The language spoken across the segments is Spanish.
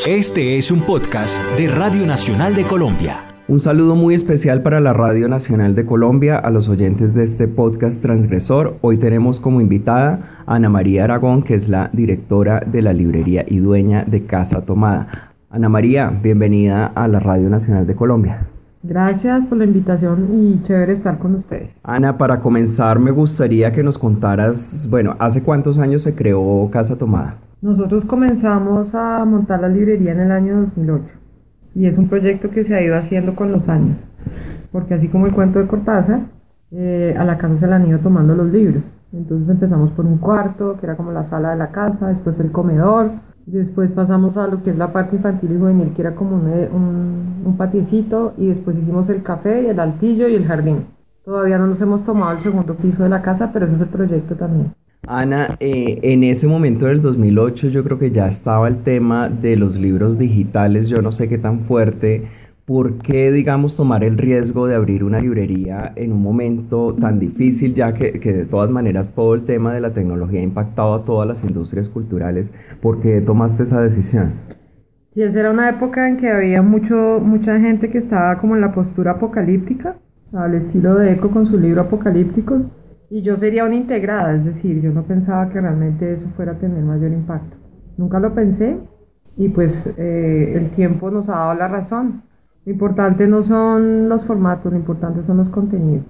Este es un podcast de Radio Nacional de Colombia. Un saludo muy especial para la Radio Nacional de Colombia, a los oyentes de este podcast transgresor. Hoy tenemos como invitada a Ana María Aragón, que es la directora de la librería y dueña de Casa Tomada. Ana María, bienvenida a la Radio Nacional de Colombia. Gracias por la invitación y chévere estar con ustedes. Ana, para comenzar me gustaría que nos contaras, ¿hace cuántos años se creó Casa Tomada? Nosotros comenzamos a montar la librería en el año 2008 y es un proyecto que se ha ido haciendo con los años, porque así como el cuento de Cortázar, a la casa se le han ido tomando los libros. Entonces empezamos por un cuarto, que era como la sala de la casa, después el comedor, después pasamos a lo que es la parte infantil y juvenil, que era como un patiecito, y después hicimos el café y el altillo y el jardín. Todavía no nos hemos tomado el segundo piso de la casa, pero ese es el proyecto también. Ana, en ese momento del 2008 yo creo que ya estaba el tema de los libros digitales, yo no sé qué tan fuerte. ¿Por qué, tomar el riesgo de abrir una librería en un momento tan difícil, ya que de todas maneras todo el tema de la tecnología ha impactado a todas las industrias culturales? ¿Por qué tomaste esa decisión? Sí, esa era una época en que había mucha gente que estaba como en la postura apocalíptica, al estilo de Eco con su libro Apocalípticos, y yo sería una integrada, es decir, yo no pensaba que realmente eso fuera a tener mayor impacto. Nunca lo pensé y pues el tiempo nos ha dado la razón. Lo importante no son los formatos, lo importante son los contenidos.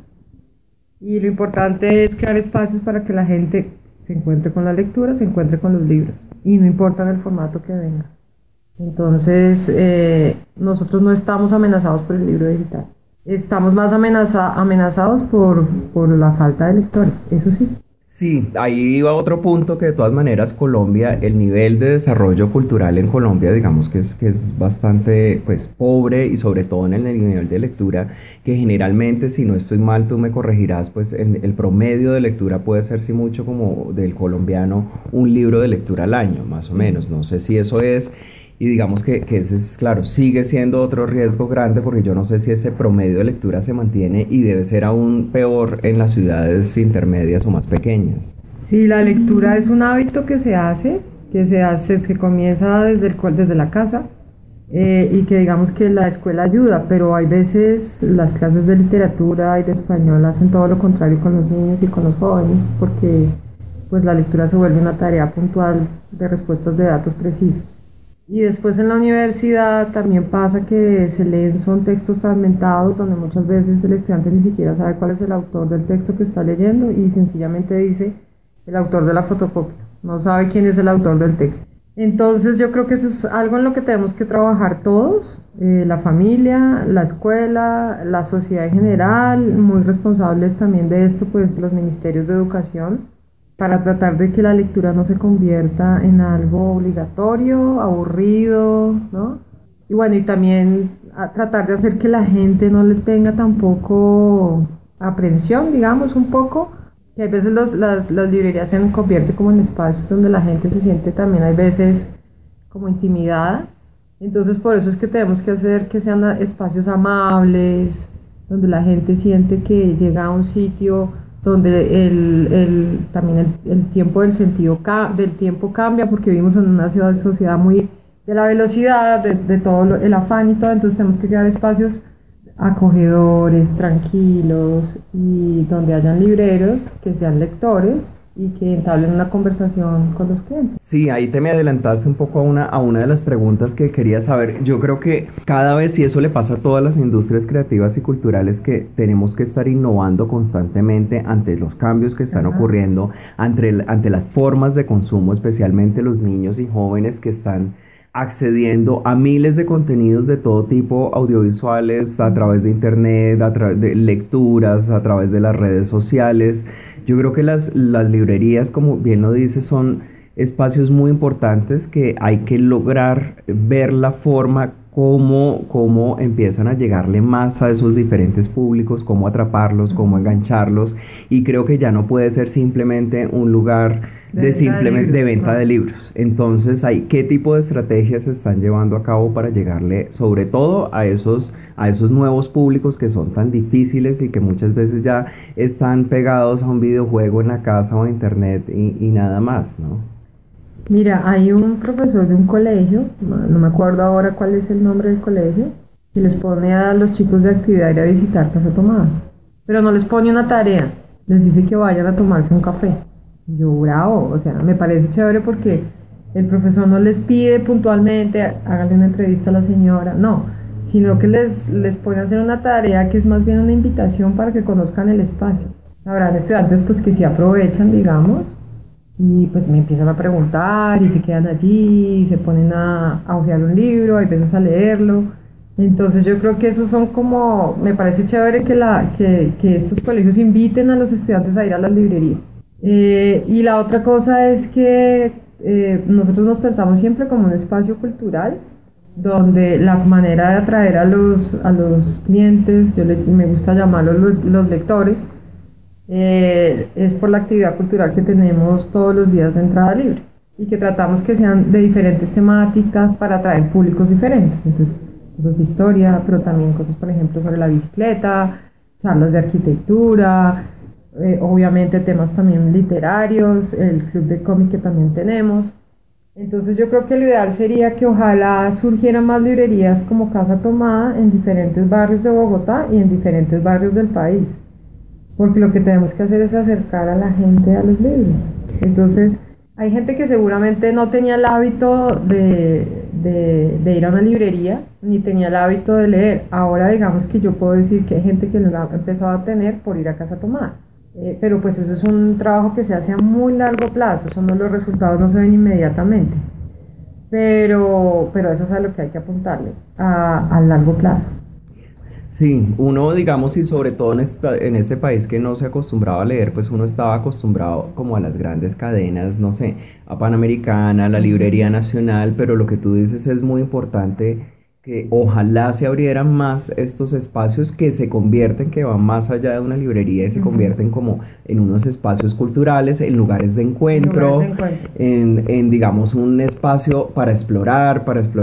Y lo importante es crear espacios para que la gente se encuentre con la lectura, se encuentre con los libros. Y no importa en el formato que venga. Entonces, nosotros no estamos amenazados por el libro digital. Estamos más amenazados por la falta de lectores, eso sí. Sí, ahí iba otro punto, que de todas maneras Colombia, el nivel de desarrollo cultural en Colombia, que es bastante pobre, y sobre todo en el nivel de lectura, que generalmente, si no estoy mal, tú me corregirás, el promedio de lectura puede ser, si mucho, como del colombiano, un libro de lectura al año, más o menos. No sé si eso es, y digamos que ese es, claro, sigue siendo otro riesgo grande, porque yo no sé si ese promedio de lectura se mantiene, y debe ser aún peor en las ciudades intermedias o más pequeñas. Sí, la lectura es un hábito que comienza desde la casa, y que digamos que la escuela ayuda, pero hay veces las clases de literatura y de español hacen todo lo contrario con los niños y con los jóvenes, porque pues la lectura se vuelve una tarea puntual de respuestas de datos precisos. Y después en la universidad también pasa que son textos fragmentados, donde muchas veces el estudiante ni siquiera sabe cuál es el autor del texto que está leyendo y sencillamente dice el autor de la fotocopia, no sabe quién es el autor del texto. Entonces yo creo que eso es algo en lo que tenemos que trabajar todos, la familia, la escuela, la sociedad en general, muy responsables también de esto, pues los ministerios de educación, para tratar de que la lectura no se convierta en algo obligatorio, aburrido, ¿no? Y también a tratar de hacer que la gente no le tenga tampoco aprensión, un poco, que a veces las librerías se convierten como en espacios donde la gente se siente también, hay veces, como intimidada. Entonces por eso es que tenemos que hacer que sean espacios amables, donde la gente siente que llega a un sitio donde también el tiempo del tiempo cambia, porque vivimos en una sociedad muy de la velocidad, de todo el afán y todo. Entonces tenemos que crear espacios acogedores, tranquilos, y donde hayan libreros que sean lectores y que entablen una conversación con los clientes. Sí, ahí te me adelantaste un poco a una de las preguntas que quería saber. Yo creo que cada vez, y eso le pasa a todas las industrias creativas y culturales, que tenemos que estar innovando constantemente ante los cambios que están ocurriendo, ante las formas de consumo, especialmente los niños y jóvenes que están accediendo a miles de contenidos de todo tipo, audiovisuales, a través de internet, a través de lecturas, a través de las redes sociales. Yo creo que las librerías, como bien lo dice, son espacios muy importantes, que hay que lograr ver la forma cómo empiezan a llegarle más a esos diferentes públicos, cómo atraparlos, cómo engancharlos, y creo que ya no puede ser simplemente un lugar de venta de libros. Entonces, ¿qué tipo de estrategias se están llevando a cabo para llegarle sobre todo a esos nuevos públicos que son tan difíciles y que muchas veces ya están pegados a un videojuego en la casa o a internet y nada más, ¿no? Mira, hay un profesor de un colegio, no me acuerdo ahora cuál es el nombre del colegio, que les pone a los chicos de actividad ir a visitar Casa Tomada, pero no les pone una tarea, les dice que vayan a tomarse un café. Yo, bravo, o sea, me parece chévere porque el profesor no les pide puntualmente, háganle una entrevista a la señora, no, sino que les pone a hacer una tarea que es más bien una invitación para que conozcan el espacio. Habrán estudiantes pues que sí aprovechan, digamos, y pues me empiezan a preguntar y se quedan allí y se ponen a hojear un libro, hay veces a leerlo. Entonces yo creo que esos son como, me parece chévere que estos colegios inviten a los estudiantes a ir a las librerías. Y la otra cosa es que nosotros nos pensamos siempre como un espacio cultural donde la manera de atraer a los clientes, me gusta llamarlos los lectores, es por la actividad cultural que tenemos todos los días de entrada libre y que tratamos que sean de diferentes temáticas para atraer públicos diferentes. Entonces, cosas de historia, pero también cosas, por ejemplo, sobre la bicicleta, charlas de arquitectura, obviamente temas también literarios, el club de cómic que también tenemos. Entonces yo creo que lo ideal sería que ojalá surgieran más librerías como Casa Tomada en diferentes barrios de Bogotá y en diferentes barrios del país, porque lo que tenemos que hacer es acercar a la gente a los libros. Entonces hay gente que seguramente no tenía el hábito de ir a una librería, ni tenía el hábito de leer. Ahora digamos que yo puedo decir que hay gente que lo ha empezado a tener por ir a Casa Tomada. Pero pues eso es un trabajo que se hace a muy largo plazo, los resultados no se ven inmediatamente, pero eso es a lo que hay que apuntarle, a largo plazo. Sí, uno, digamos, y sobre todo en este país que no se acostumbraba a leer, pues uno estaba acostumbrado como a las grandes cadenas, no sé, a Panamericana, a la Librería Nacional, pero lo que tú dices es muy importante, que ojalá se abrieran más estos espacios que se convierten, que van más allá de una librería y se convierten como en unos espacios culturales, en lugares de encuentro, en digamos un espacio para explorar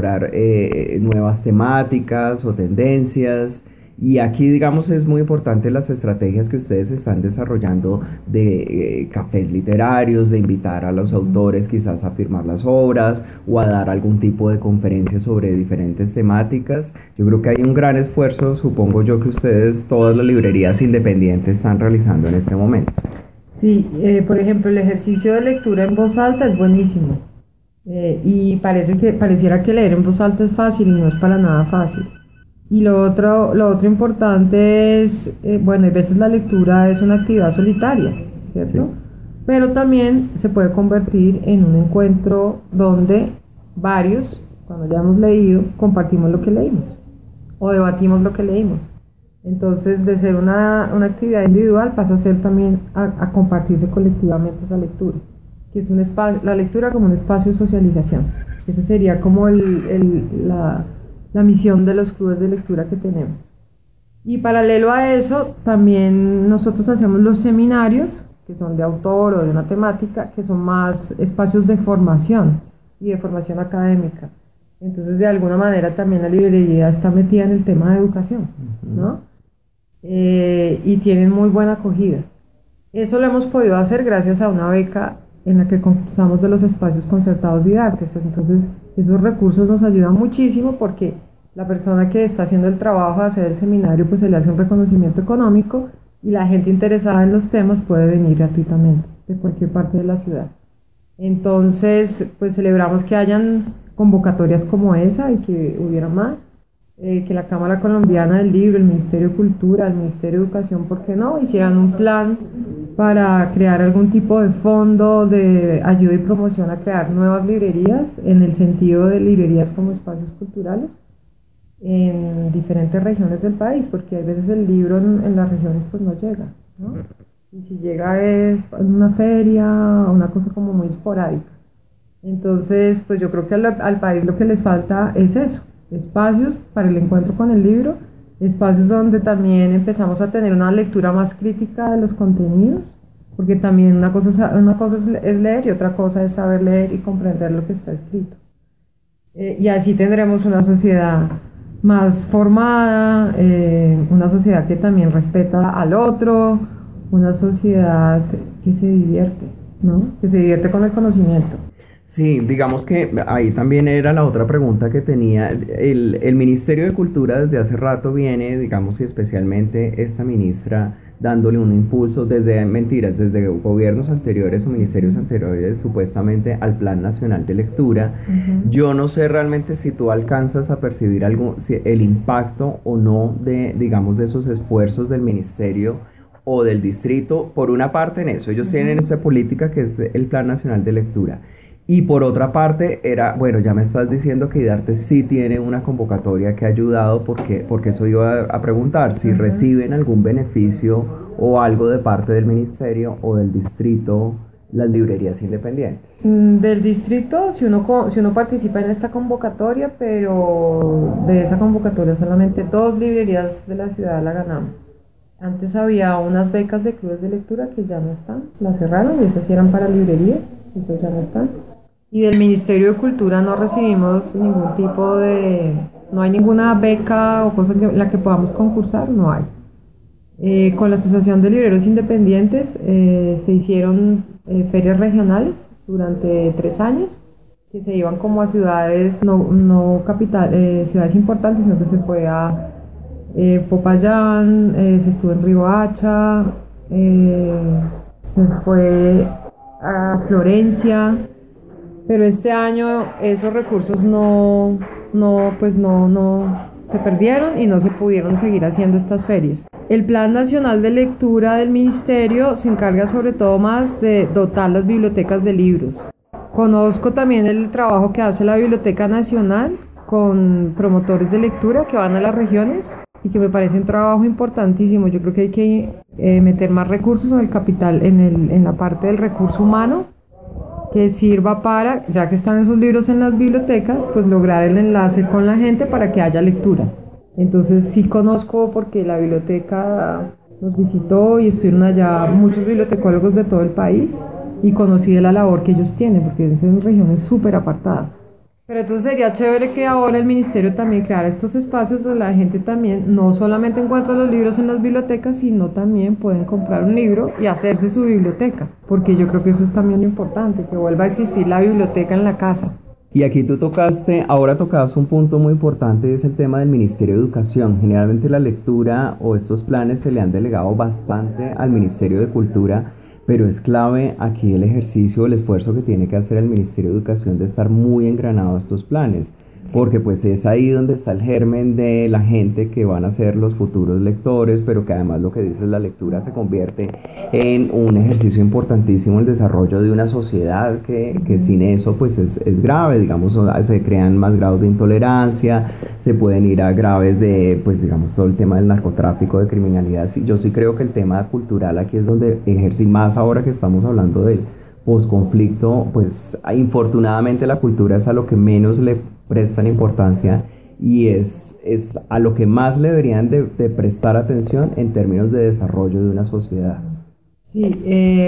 nuevas temáticas o tendencias. Y aquí, digamos, es muy importante las estrategias que ustedes están desarrollando de cafés literarios, de invitar a los autores quizás a firmar las obras o a dar algún tipo de conferencia sobre diferentes temáticas. Yo creo que hay un gran esfuerzo, supongo yo, que ustedes, todas las librerías independientes, están realizando en este momento. Sí, por ejemplo, el ejercicio de lectura en voz alta es buenísimo. Y pareciera que leer en voz alta es fácil y no es para nada fácil. Y lo otro importante es, bueno, a veces la lectura es una actividad solitaria, ¿cierto? Sí. Pero también se puede convertir en un encuentro donde varios, cuando ya hemos leído, compartimos lo que leímos o debatimos lo que leímos. Entonces, de ser una actividad individual pasa a ser también a compartirse colectivamente esa lectura, que es un espacio, la lectura como un espacio de socialización. Ese sería como la misión de los clubes de lectura que tenemos. Y paralelo a eso, también nosotros hacemos los seminarios, que son de autor o de una temática, que son más espacios de formación y de formación académica. Entonces, de alguna manera también la librería está metida en el tema de educación, ¿no? Y tienen muy buena acogida. Eso lo hemos podido hacer gracias a una beca en la que concursamos de los espacios concertados didácticos. Entonces, esos recursos nos ayudan muchísimo porque la persona que está haciendo el trabajo de hacer el seminario, pues se le hace un reconocimiento económico y la gente interesada en los temas puede venir gratuitamente de cualquier parte de la ciudad. Entonces, pues celebramos que hayan convocatorias como esa y que hubiera más, que la Cámara Colombiana del Libro, el Ministerio de Cultura, el Ministerio de Educación, ¿por qué no?, hicieran un plan para crear algún tipo de fondo de ayuda y promoción a crear nuevas librerías, en el sentido de librerías como espacios culturales en diferentes regiones del país, porque a veces el libro en las regiones pues no llega, ¿no? Y si llega es en una feria, una cosa como muy esporádica. Entonces, pues yo creo que al país lo que les falta es eso, espacios para el encuentro con el libro, espacios donde también empezamos a tener una lectura más crítica de los contenidos, porque también una cosa es leer y otra cosa es saber leer y comprender lo que está escrito. Y así tendremos una sociedad más formada, una sociedad que también respeta al otro, una sociedad que se divierte, ¿no? Que se divierte con el conocimiento. Sí, digamos que ahí también era la otra pregunta que tenía. El Ministerio de Cultura desde hace rato viene, digamos, y especialmente esta ministra dándole un impulso desde, mentiras, desde gobiernos anteriores o ministerios anteriores supuestamente al Plan Nacional de Lectura. Yo no sé realmente si tú alcanzas a percibir si el impacto o no de, digamos, de esos esfuerzos del ministerio o del distrito, por una parte en eso, ellos tienen esta política que es el Plan Nacional de Lectura. Y por otra parte, bueno, ya me estás diciendo que IDARTE sí tiene una convocatoria que ha ayudado, porque eso iba a preguntar, si reciben algún beneficio o algo de parte del ministerio o del distrito, las librerías independientes. Del distrito, si uno participa en esta convocatoria, pero de esa convocatoria solamente 2 librerías de la ciudad la ganamos. Antes había unas becas de clubes de lectura que ya no están, las cerraron y esas sí eran para librerías, entonces ya no están. Y del Ministerio de Cultura no recibimos ningún tipo no hay ninguna beca o cosa en la que podamos concursar, no hay. Con la Asociación de Libreros Independientes se hicieron ferias regionales durante 3 años, que se iban como a ciudades, no ciudades importantes, sino que se fue a Popayán, se estuvo en Riohacha, se fue a Florencia. Pero este año esos recursos no se perdieron y no se pudieron seguir haciendo estas ferias. El Plan Nacional de Lectura del Ministerio se encarga sobre todo más de dotar las bibliotecas de libros. Conozco también el trabajo que hace la Biblioteca Nacional con promotores de lectura que van a las regiones y que me parece un trabajo importantísimo. Yo creo que hay que meter más recursos en el capital, en la parte del recurso humano, que sirva para, ya que están esos libros en las bibliotecas, pues lograr el enlace con la gente para que haya lectura. Entonces sí conozco, porque la biblioteca nos visitó y estuvieron allá muchos bibliotecólogos de todo el país y conocí de la labor que ellos tienen, porque son regiones súper apartadas. Pero entonces sería chévere que ahora el ministerio también creara estos espacios donde la gente también no solamente encuentra los libros en las bibliotecas, sino también pueden comprar un libro y hacerse su biblioteca, porque yo creo que eso es también lo importante, que vuelva a existir la biblioteca en la casa. Y aquí ahora tocabas un punto muy importante, y es el tema del Ministerio de Educación. Generalmente la lectura o estos planes se le han delegado bastante al Ministerio de Cultura, pero es clave aquí el ejercicio, el esfuerzo que tiene que hacer el Ministerio de Educación de estar muy engranado a estos planes, porque pues es ahí donde está el germen de la gente que van a ser los futuros lectores, pero que además, lo que dices, la lectura se convierte en un ejercicio importantísimo en el desarrollo de una sociedad que sin eso pues es grave, digamos, se crean más grados de intolerancia, se pueden ir a graves de, pues digamos, todo el tema del narcotráfico, de criminalidad. Yo sí creo que el tema cultural aquí es donde ejerce, más ahora que estamos hablando del posconflicto, pues infortunadamente la cultura es a lo que menos le prestan importancia y es a lo que más le deberían de prestar atención en términos de desarrollo de una sociedad. Sí,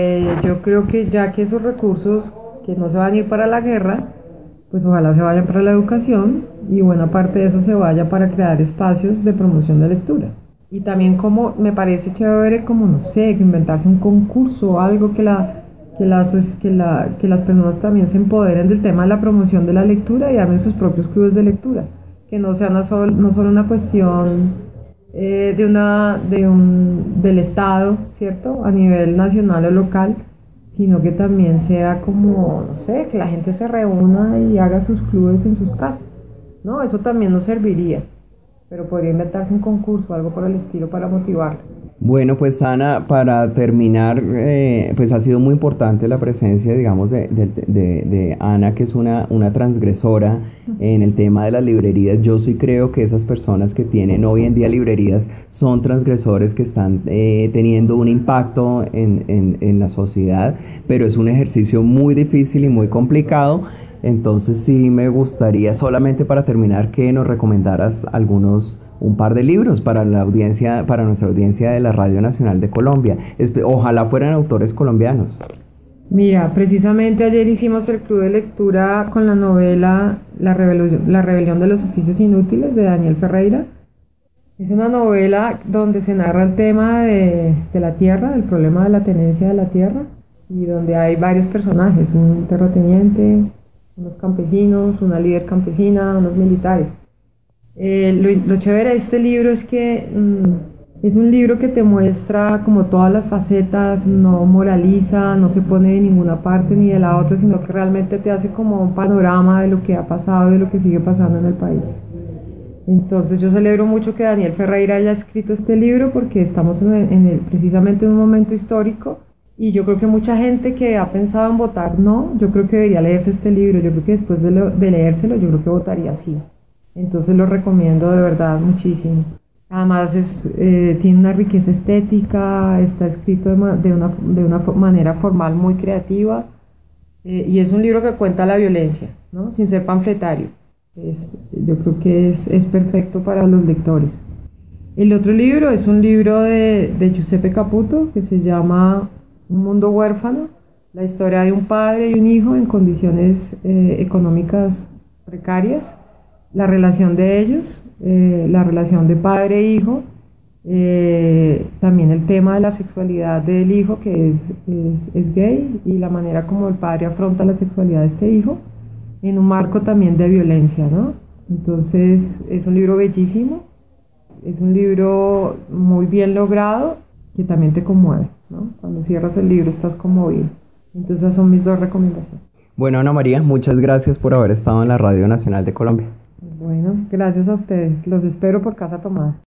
yo creo que ya que esos recursos que no se van a ir para la guerra, pues ojalá se vayan para la educación y buena parte de eso se vaya para crear espacios de promoción de lectura. Y también, como me parece chévere, como no sé, que inventarse un concurso o algo que las personas también se empoderen del tema de la promoción de la lectura y armen sus propios clubes de lectura, que no sea no solo una cuestión del Estado, ¿cierto?, a nivel nacional o local, sino que también sea como, no sé, que la gente se reúna y haga sus clubes en sus casas, ¿no? Eso también nos serviría, pero podría inventarse un concurso o algo por el estilo para motivar. Bueno, pues Ana, para terminar, pues ha sido muy importante la presencia, digamos, de Ana, que es una transgresora en el tema de las librerías. Yo sí creo que esas personas que tienen hoy en día librerías son transgresores que están teniendo un impacto en la sociedad, pero es un ejercicio muy difícil y muy complicado. Entonces sí me gustaría, solamente para terminar, que nos recomendaras un par de libros para la audiencia, para nuestra audiencia de la Radio Nacional de Colombia. Ojalá fueran autores colombianos. Mira, precisamente ayer hicimos el club de lectura con la novela La rebelión de los oficios inútiles, de Daniel Ferreira. Es una novela donde se narra el tema de la tierra, del problema de la tenencia de la tierra, y donde hay varios personajes, un terrateniente, unos campesinos, una líder campesina, unos militares. Lo chévere de este libro es que es un libro que te muestra como todas las facetas, no moraliza, no se pone de ninguna parte ni de la otra, sino que realmente te hace como un panorama de lo que ha pasado y de lo que sigue pasando en el país. Entonces yo celebro mucho que Daniel Ferreira haya escrito este libro porque estamos precisamente en un momento histórico y yo creo que mucha gente que ha pensado en votar no, yo creo que debería leerse este libro, yo creo que después de leérselo yo creo que votaría sí. Entonces lo recomiendo de verdad muchísimo. Además tiene una riqueza estética, está escrito de una manera formal muy creativa y es un libro que cuenta la violencia, ¿no? Sin ser panfletario. Yo creo que es perfecto para los lectores. El otro libro es un libro de Giuseppe Caputo que se llama Un mundo huérfano, la historia de un padre y un hijo en condiciones económicas precarias, la relación de ellos, la relación de padre e hijo, también el tema de la sexualidad del hijo que es gay y la manera como el padre afronta la sexualidad de este hijo en un marco también de violencia, ¿no? Entonces es un libro bellísimo, es un libro muy bien logrado que también te conmueve, ¿no? Cuando cierras el libro estás conmovido. Entonces esas son mis dos recomendaciones. Bueno, Ana María, muchas gracias por haber estado en la Radio Nacional de Colombia. Bueno, gracias a ustedes. Los espero por Casa Tomada.